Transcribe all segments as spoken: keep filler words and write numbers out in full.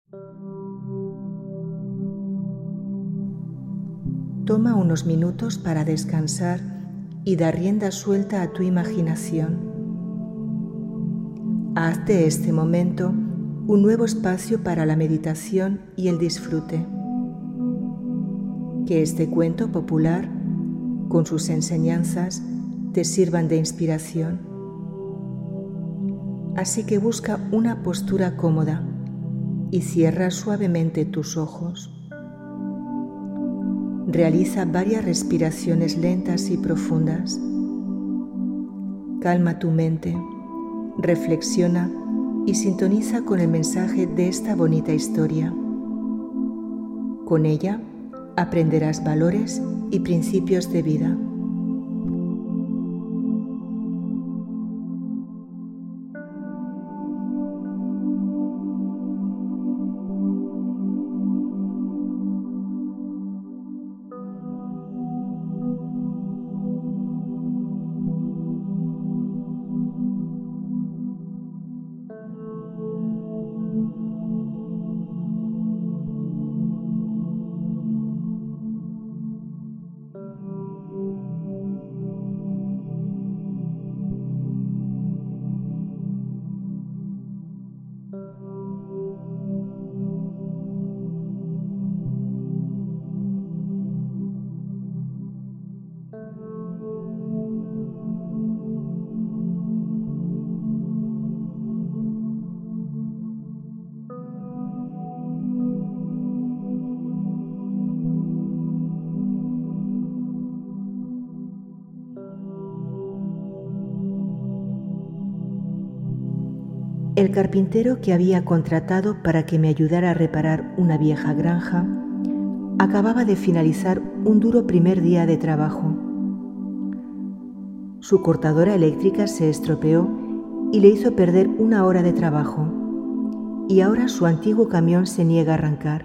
Toma unos minutos para descansar y dar rienda suelta a tu imaginación. Haz de este momento un nuevo espacio para la meditación y el disfrute. Que este cuento popular, con sus enseñanzas, te sirvan de inspiración. Así que busca una postura cómoda y cierra suavemente tus ojos. Realiza varias respiraciones lentas y profundas. Calma tu mente, reflexiona y sintoniza con el mensaje de esta bonita historia. Con ella aprenderás valores y principios de vida. El carpintero que había contratado para que me ayudara a reparar una vieja granja acababa de finalizar un duro primer día de trabajo. Su cortadora eléctrica se estropeó y le hizo perder una hora de trabajo, y ahora su antiguo camión se niega a arrancar.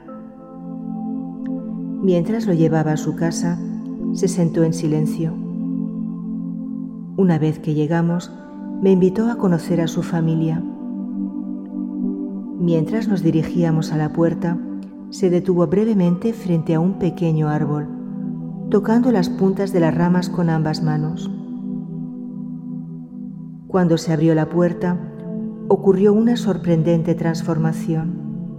Mientras lo llevaba a su casa, se sentó en silencio. Una vez que llegamos, me invitó a conocer a su familia. Mientras nos dirigíamos a la puerta, se detuvo brevemente frente a un pequeño árbol, tocando las puntas de las ramas con ambas manos. Cuando se abrió la puerta, ocurrió una sorprendente transformación.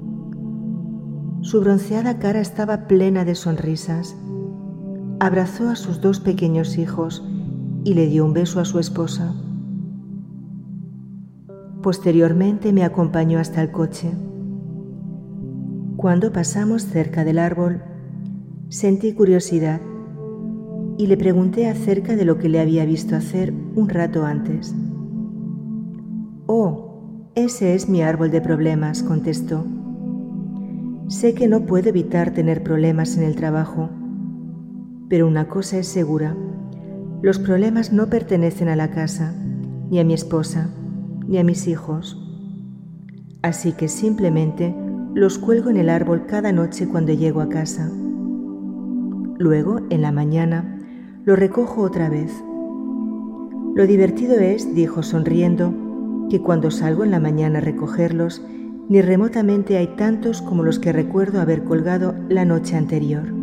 Su bronceada cara estaba plena de sonrisas. Abrazó a sus dos pequeños hijos y le dio un beso a su esposa. Posteriormente me acompañó hasta el coche. Cuando pasamos cerca del árbol, sentí curiosidad y le pregunté acerca de lo que le había visto hacer un rato antes. «Oh, ese es mi árbol de problemas», contestó. «Sé que no puedo evitar tener problemas en el trabajo, pero una cosa es segura, los problemas no pertenecen a la casa, ni a mi esposa, ni a mis hijos. Así que simplemente los cuelgo en el árbol cada noche cuando llego a casa. Luego, en la mañana, los recojo otra vez. Lo divertido es», dijo sonriendo, «que cuando salgo en la mañana a recogerlos, ni remotamente hay tantos como los que recuerdo haber colgado la noche anterior».